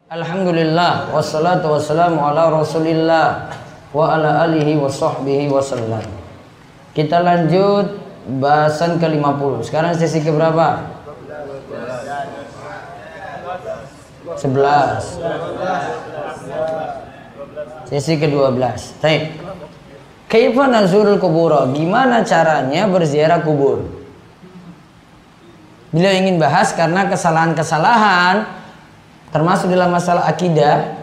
Alhamdulillah wassalatu wassalamu ala Rasulillah wa ala alihi wa sahbihi wasallam. Kita lanjut bahasan ke-50. Sekarang sesi keberapa? 11. Sesi ke-12. Baik. Kaifa nazurul kubur? Gimana caranya berziarah kubur? Beliau ingin bahas karena kesalahan-kesalahan termasuk dalam masalah akidah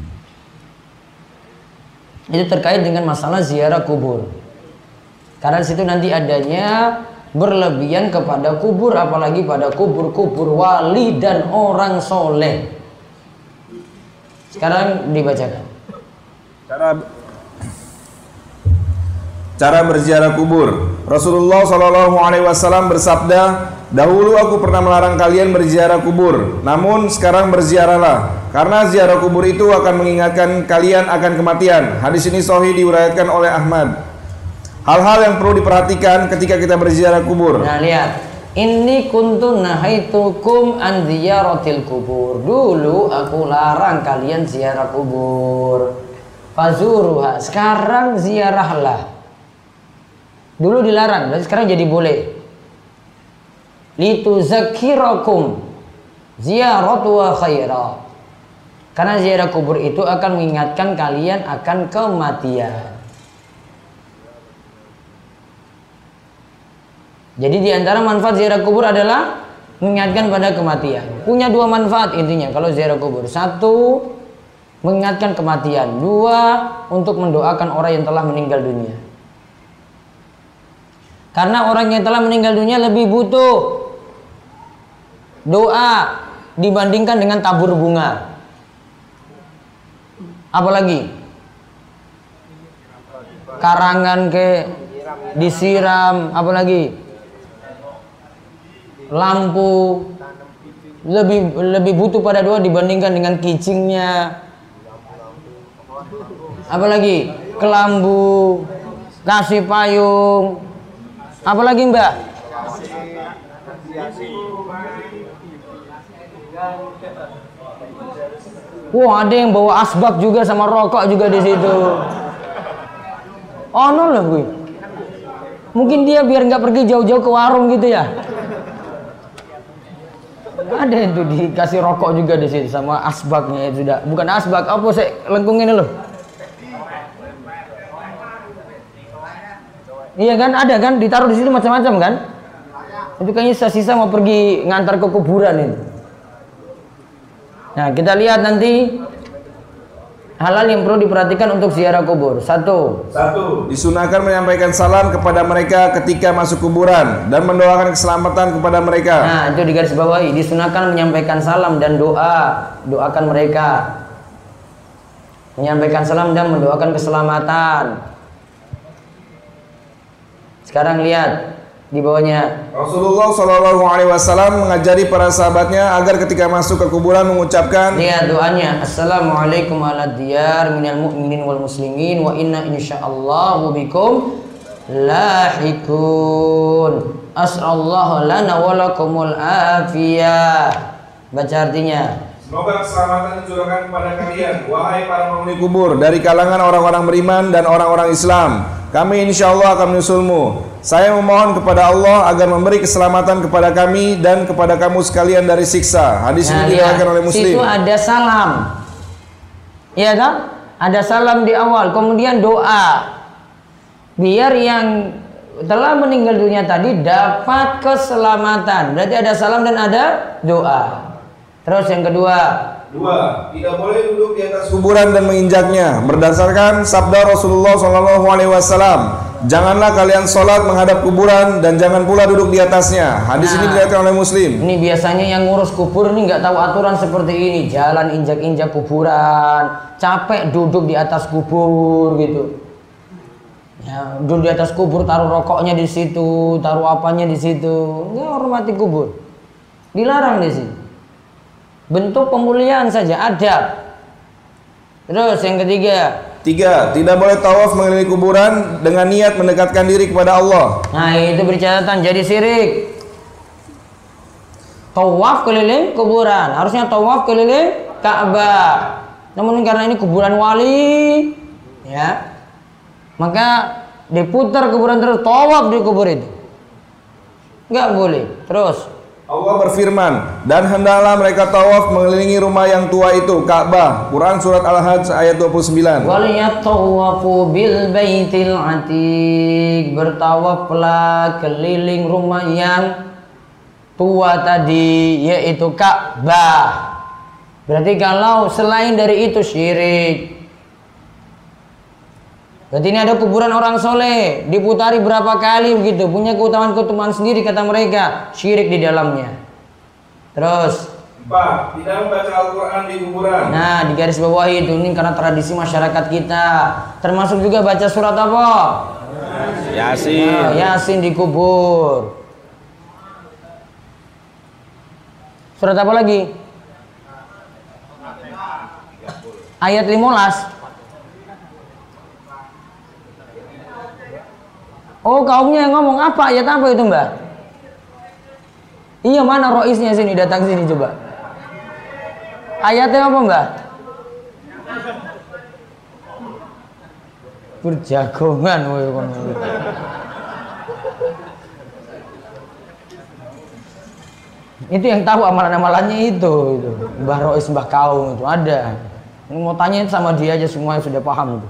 itu terkait dengan masalah ziarah kubur. Karena di situ nanti adanya berlebihan kepada kubur, apalagi pada kubur-kubur wali dan orang soleh. Sekarang dibacakan. Cara berziarah kubur. Rasulullah SAW bersabda, dahulu aku pernah melarang kalian berziarah kubur, namun sekarang berziarahlah, karena ziarah kubur itu akan mengingatkan kalian akan kematian. Hadis ini sahih diriwayatkan oleh Ahmad. Hal-hal yang perlu diperhatikan ketika kita berziarah kubur. Nah lihat, inni kuntu nahaitukum an ziyaratil kubur. Dulu aku larang kalian ziarah kubur. Fazuruha, sekarang ziarahlah. Dulu dilarang, dan sekarang jadi boleh. Lituzakirakum ziyaratu wa khaira. Karena ziarah kubur itu akan mengingatkan kalian akan kematian. Jadi diantara manfaat ziarah kubur adalah mengingatkan pada kematian. Punya dua manfaat intinya kalau ziarah kubur. Satu, mengingatkan kematian. Dua, untuk mendoakan orang yang telah meninggal dunia. Karena orang yang telah meninggal dunia lebih butuh doa dibandingkan dengan tabur bunga. Apalagi karangan disiram, apalagi lampu, lebih butuh pada doa dibandingkan dengan kicingnya. Apalagi kelambu, kasih payung. Apalagi Mbak? Wah, ada yang bawa asbak juga sama rokok juga di situ. Oh no lah gue. Mungkin dia biar nggak pergi jauh-jauh ke warung gitu ya. Ada itu dikasih rokok juga di situ sama asbaknya itu sudah. Bukan asbak, apa sih lengkung ini loh. Iya kan, ada kan, ditaruh di situ macam-macam kan. Itu kayaknya sisa-sisa mau pergi ngantar ke kuburan itu. Nah, kita lihat nanti hal-hal yang perlu diperhatikan untuk ziarah kubur. Satu, disunahkan menyampaikan salam kepada mereka ketika masuk kuburan dan mendoakan keselamatan kepada mereka. Nah, itu digarisbawahi, disunahkan menyampaikan salam dan doakan mereka. Menyampaikan salam dan mendoakan keselamatan. Sekarang lihat di bawahnya. Rasulullah SAW mengajari para sahabatnya agar ketika masuk ke kuburan mengucapkan, lihat doanya, assalamualaikum ala diyar minal mu'minin wal muslimin wa inna insyaallahu bikum lahikun as'allahu lana walakumul afiyah. Baca artinya, semoga keselamatan dicurahkan kepada kalian, wahai para penghuni kubur, dari kalangan orang-orang beriman dan orang-orang Islam. Kami insya Allah akan menyusulmu. Saya memohon kepada Allah agar memberi keselamatan kepada kami dan kepada kamu sekalian dari siksa. Hadis ini diriwayatkan oleh Muslim. Situ ada salam, iya kan? Ada salam di awal, kemudian doa, biar yang telah meninggal dunia tadi dapat keselamatan. Berarti ada salam dan ada doa. Terus yang kedua, tidak boleh duduk di atas kuburan dan menginjaknya. Berdasarkan sabda Rasulullah SAW, janganlah kalian sholat menghadap kuburan dan jangan pula duduk di atasnya. Hadis ini diriwayatkan oleh Muslim. Ini biasanya yang ngurus kubur ini nggak tahu aturan seperti ini. Jalan injak-injak kuburan, capek duduk di atas kubur gitu. Ya, duduk di atas kubur, taruh rokoknya di situ, taruh apanya di situ. Nggak hormati kubur. Dilarang di sini. Bentuk pemuliaan saja, adab. Terus yang ketiga, tidak boleh tawaf mengelilingi kuburan dengan niat mendekatkan diri kepada Allah. Nah, itu bercatatan jadi syirik. Tawaf keliling kuburan, harusnya tawaf keliling Ka'bah. Namun karena ini kuburan wali, ya, maka diputar kuburan terus, tawaf di kubur itu. Nggak boleh. Terus Allah berfirman, dan hendaklah mereka tawaf mengelilingi rumah yang tua itu, Ka'bah. Quran surat Al-Hajj ayat 29. Waliyatawafu bil baitil atiq, bertawaflah keliling rumah yang tua tadi, yaitu Ka'bah. Berarti kalau selain dari itu syirik. Berarti ini ada kuburan orang soleh, diputari berapa kali begitu, punya keutamaan-keutamaan sendiri kata mereka, syirik di dalamnya. Terus 4. Tidak membaca Al-Quran di kuburan. Nah, di garis bawah itu, ini karena tradisi masyarakat kita. Termasuk juga baca surat apa? Yasin. Nah, Yasin di kubur. Surat apa lagi? Ayat 15. Oh, kaumnya yang ngomong apa? Ayat apa itu, Mbak? Iya, mana roisnya sini, datang sini coba. Ayatnya apa, Mbak? Berjagongan woy. Itu yang tahu amalan-amalannya itu. Mbah Rois, Mbah Kaum itu ada. Ini mau tanya sama dia aja, semua yang sudah paham itu.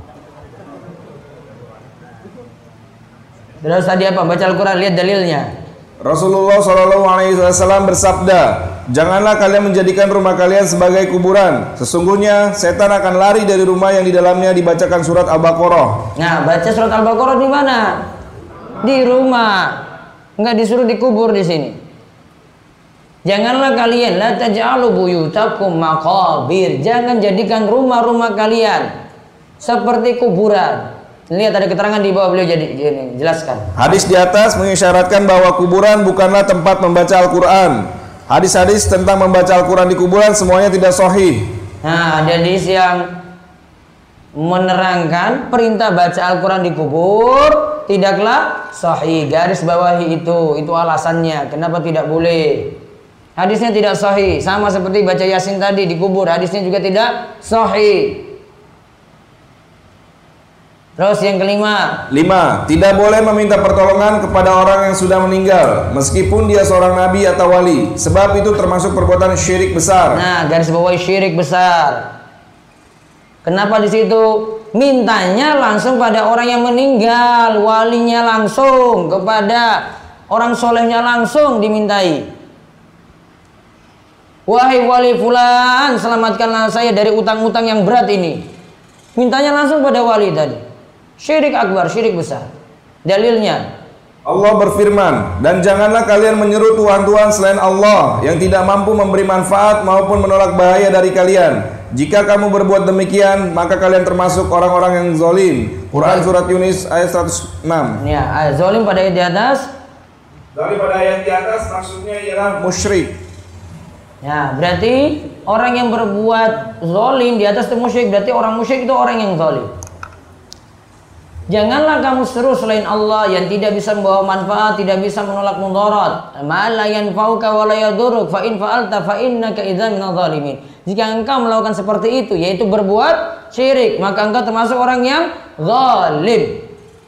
Terus tadi apa? Baca Al-Quran, lihat dalilnya. Rasulullah SAW bersabda, janganlah kalian menjadikan rumah kalian sebagai kuburan. Sesungguhnya setan akan lari dari rumah yang di dalamnya dibacakan surat Al-Baqarah. Nah, baca surat Al-Baqarah di mana? Di rumah. Enggak disuruh dikubur di sini. Janganlah kalian la taj'alu buyutakum maqabir. Jangan jadikan rumah-rumah kalian seperti kuburan. Lihat ada keterangan di bawah, beliau jelaskan. Hadis di atas mengisyaratkan bahwa kuburan bukanlah tempat membaca Al-Quran. Hadis-hadis tentang membaca Al-Quran di kuburan semuanya tidak sahih. Nah, ada hadis yang menerangkan perintah baca Al-Quran di kubur tidaklah sahih. Garis bawahi itu alasannya kenapa tidak boleh. Hadisnya tidak sahih, sama seperti baca Yasin tadi di kubur, hadisnya juga tidak sahih. Terus yang kelima, 5. Tidak boleh meminta pertolongan kepada orang yang sudah meninggal, meskipun dia seorang nabi atau wali, sebab itu termasuk perbuatan syirik besar. Nah, garis bawahi syirik besar. Kenapa di situ? Mintanya langsung pada orang yang meninggal, walinya langsung, kepada orang solehnya langsung dimintai. Wahai wali fulan, selamatkanlah saya dari utang-utang yang berat ini. Mintanya langsung pada wali tadi. Syirik akbar, syirik besar. Dalilnya, Allah berfirman, dan janganlah kalian menyeru tuhan-tuhan selain Allah yang tidak mampu memberi manfaat maupun menolak bahaya dari kalian. Jika kamu berbuat demikian, maka kalian termasuk orang-orang yang zalim. Quran surat Yunus ayat 106. Ya, zalim pada ayat di atas. Zalim pada ayat di atas maksudnya ialah musyrik. Ya, berarti orang yang berbuat zalim di atas itu musyrik, berarti orang musyrik itu orang yang zalim. Janganlah kamu seru selain Allah yang tidak bisa membawa manfaat, tidak bisa menolak mudarat. Ma la yanfa'uka wa la yadurruk fa in fa'alta fa innaka idzan minadh dhalimin. Jika engkau melakukan seperti itu, yaitu berbuat syirik, maka engkau termasuk orang yang zalim.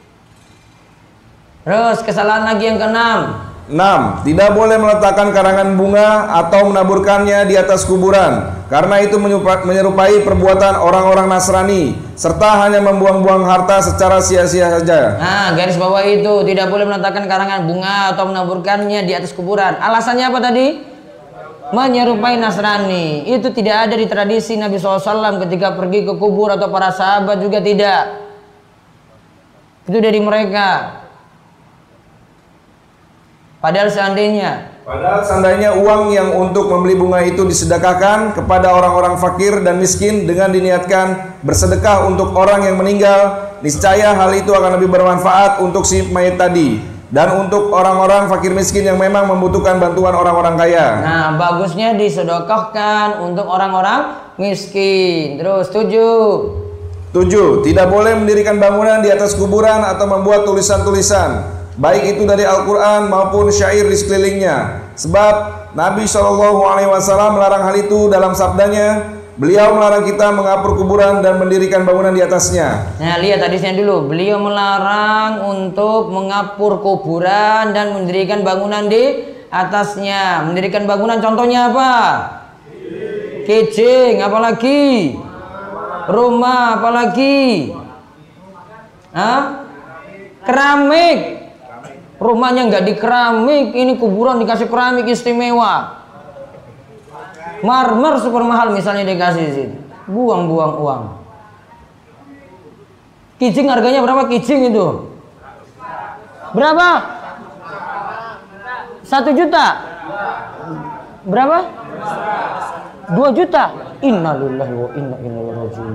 Terus kesalahan lagi yang keenam. 6. Tidak boleh meletakkan karangan bunga atau menaburkannya di atas kuburan, karena itu menyerupai perbuatan orang-orang Nasrani, serta hanya membuang-buang harta secara sia-sia saja. Nah, garis bawah itu tidak boleh meletakkan karangan bunga atau menaburkannya di atas kuburan. Alasannya apa tadi? Menyerupai Nasrani. Itu tidak ada di tradisi Nabi SAW ketika pergi ke kubur, atau para sahabat juga tidak. Itu dari mereka. Padahal seandainya uang yang untuk membeli bunga itu disedekahkan kepada orang-orang fakir dan miskin dengan diniatkan bersedekah untuk orang yang meninggal, niscaya hal itu akan lebih bermanfaat untuk si mayit tadi dan untuk orang-orang fakir miskin yang memang membutuhkan bantuan orang-orang kaya. Nah, bagusnya disedekahkan untuk orang-orang miskin. Terus 7. Tidak boleh mendirikan bangunan di atas kuburan atau membuat tulisan-tulisan, baik itu dari Al-Quran maupun syair di sekelilingnya. Sebab Nabi SAW melarang hal itu dalam sabdanya, Beliau melarang kita mengapur kuburan dan mendirikan bangunan di atasnya. Nah, lihat hadisnya dulu. Beliau melarang untuk mengapur kuburan dan mendirikan bangunan di atasnya. Mendirikan bangunan contohnya apa? Kijing, apalagi? Rumah, apalagi? Hah? Keramik. Rumahnya nggak di keramik, ini kuburan dikasih keramik istimewa. Marmer super mahal misalnya dikasih di situ. Buang-buang uang. Kijing harganya berapa kijing itu? Berapa? 1 juta. Berapa? 2 juta. Innalillahi wa inna ilaihi raji'un.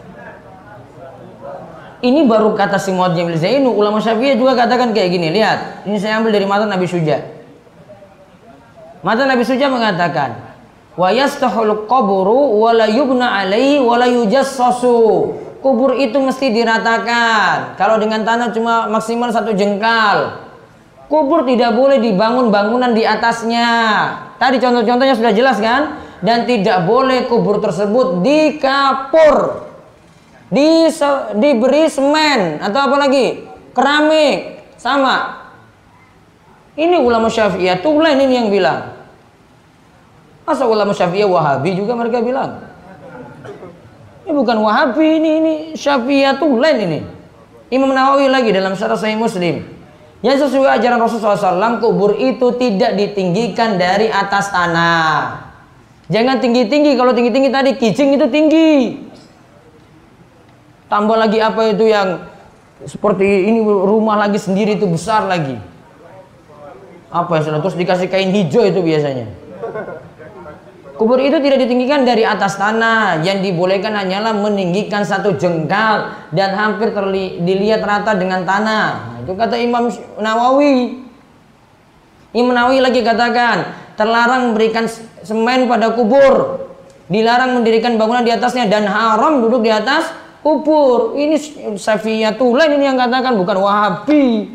Ini baru kata si Mu'adz bin Zainu. Ulama Syafi'iyah juga katakan kayak gini. Lihat, ini saya ambil dari matan Nabi Suja. Matan Nabi Suja mengatakan, wa yastahul qabru wa la yubna alaihi wa la yujassasu. Kubur itu mesti diratakan. Kalau dengan tanah cuma maksimal 1 jengkal. Kubur tidak boleh dibangun bangunan di atasnya. Tadi contoh-contohnya sudah jelas kan? Dan tidak boleh kubur tersebut dikapur, diberi semen atau apa lagi? Keramik. Sama. Ini ulama Syafi'iyah tuh lain ini yang bilang. Masa ulama Syafi'iyah Wahabi juga mereka bilang? Ini bukan Wahabi, ini Syafi'iyah tuh lain ini. Imam Nawawi lagi dalam Syarah Sahih Muslim. Yang sesuai ajaran Rasulullah SAW, kubur itu tidak ditinggikan dari atas tanah. Jangan tinggi-tinggi. Kalau tinggi-tinggi tadi kijing itu tinggi. Tambah lagi apa itu yang seperti ini, rumah lagi sendiri itu besar lagi. Apa ya? Terus dikasih kain hijau itu biasanya. Kubur itu tidak ditinggikan dari atas tanah. Yang dibolehkan hanyalah meninggikan 1 jengkal dan hampir dilihat rata dengan tanah. Nah, itu kata Imam Nawawi. Imam Nawawi lagi katakan, terlarang memberikan semen pada kubur, dilarang mendirikan bangunan di atasnya, dan haram duduk di atas kubur. Ini Syafi'iyah Tulen ini yang katakan, bukan Wahabi.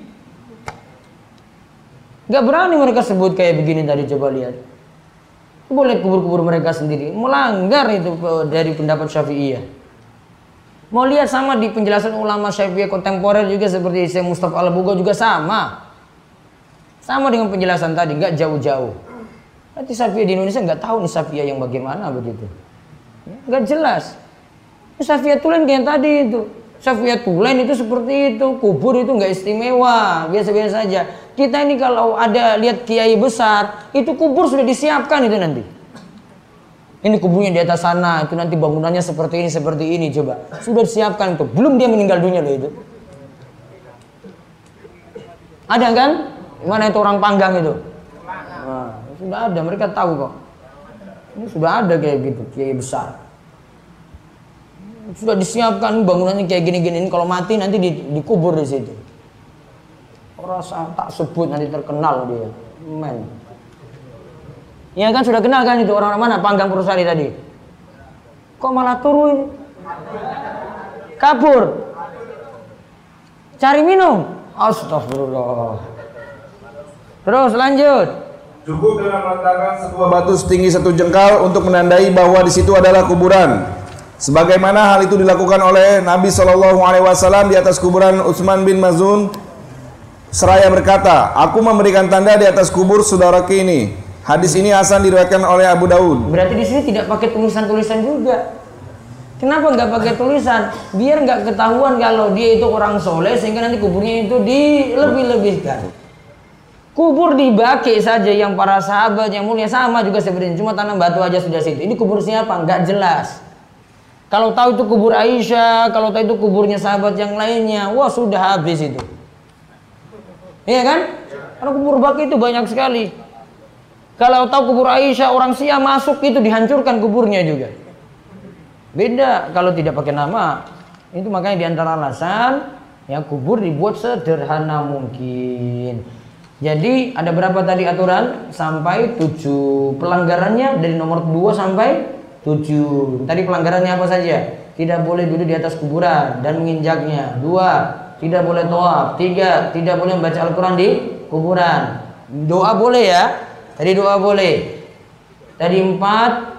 Gak berani mereka sebut kayak begini tadi, coba lihat. Boleh kubur-kubur mereka sendiri, melanggar itu dari pendapat Syafi'iyah. Mau lihat sama di penjelasan ulama Syafi'iyah kontemporer juga seperti Syekh Mustafa Al-Bugha juga sama dengan penjelasan tadi, nggak jauh-jauh. Nanti Syafi'iyah di Indonesia nggak tahu nih Syafi'iyah yang bagaimana begitu, nggak jelas. Syafi'iyah Tulen kayak tadi itu, Syafi'iyah Tulen itu seperti itu, kubur itu nggak istimewa, biasa-biasa saja. Kita ini kalau ada lihat kiai besar, itu kubur sudah disiapkan itu nanti. Ini kuburnya di atas sana, itu nanti bangunannya seperti ini, coba. Sudah disiapkan itu, belum dia meninggal dunia loh itu. Ada kan? Mana itu orang Panggang itu? Nah, sudah ada, mereka tahu kok. Ini sudah ada kayak gitu, kiai besar. Sudah disiapkan bangunannya kayak gini-gini. Ini kalau mati nanti dikubur di situ. Rasa tak sebut nanti terkenal dia, men. Ya kan sudah kenal kan itu orang-orang mana Panggang Persari tadi. Kok malah turun? Kabur. Cari minum. Astagfirullah. Terus lanjut. Cukup dengan meletakkan sebuah batu setinggi 1 jengkal untuk menandai bahwa di situ adalah kuburan. Sebagaimana hal itu dilakukan oleh Nabi SAW di atas kuburan Utsman bin Maz'un. Seraya berkata, aku memberikan tanda di atas kubur saudaraku ini. Hadis ini hasan diriwayatkan oleh Abu Daud. Berarti di sini tidak pakai tulisan-tulisan juga. Kenapa nggak pakai tulisan? Biar nggak ketahuan kalau dia itu orang soleh, sehingga nanti kuburnya itu dilebih-lebihkan. Kubur di Baqi saja yang para sahabat yang mulia sama juga seperti ini, cuma tanam batu aja sudah situ. Ini kubur siapa? Nggak jelas. Kalau tahu itu kubur Aisyah, kalau tahu itu kuburnya sahabat yang lainnya, wah sudah habis itu. Iya kan? Karena kubur Baqi itu banyak sekali. Kalau tahu kubur Aisyah, orang Syiah masuk itu dihancurkan kuburnya juga. Beda kalau tidak pakai nama. Itu makanya diantara alasan ya kubur dibuat sederhana mungkin. Jadi ada berapa tadi aturan? Sampai 7. Pelanggarannya dari nomor 2 sampai 7. Tadi pelanggarannya apa saja? Tidak boleh duduk di atas kuburan dan menginjaknya. 2. Tidak boleh tawaf. 3. Tidak boleh membaca Al-Quran di kuburan. Doa boleh ya. Tadi doa boleh. Tadi 4.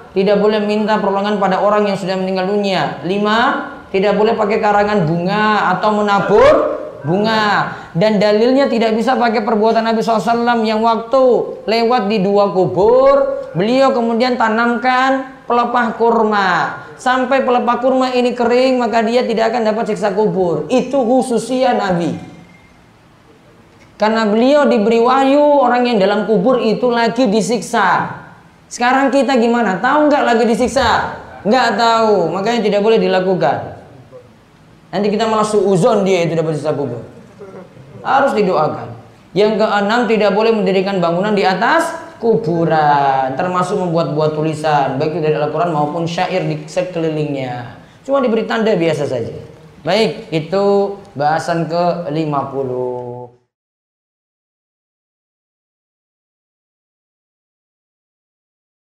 tidak boleh minta pertolongan pada orang yang sudah meninggal dunia. 5, tidak boleh pakai karangan bunga atau menabur bunga. Dan dalilnya tidak bisa pakai perbuatan Nabi SAW yang waktu lewat di 2 kubur, beliau kemudian tanamkan pelepah kurma. Sampai pelepah kurma ini kering, maka dia tidak akan dapat siksa kubur. Itu khususnya Nabi. Karena beliau diberi wahyu, orang yang dalam kubur itu lagi disiksa. Sekarang kita gimana? Tahu nggak lagi disiksa? Nggak tahu, makanya tidak boleh dilakukan. Nanti kita malah suuzon dia itu dapat siksa kubur. Harus didoakan. Yang keenam, tidak boleh mendirikan bangunan di atas kuburan, termasuk membuat-buat tulisan, baik dari Al-Quran maupun syair di sekelilingnya. Cuma diberi tanda biasa saja. Baik, itu bahasan ke-50.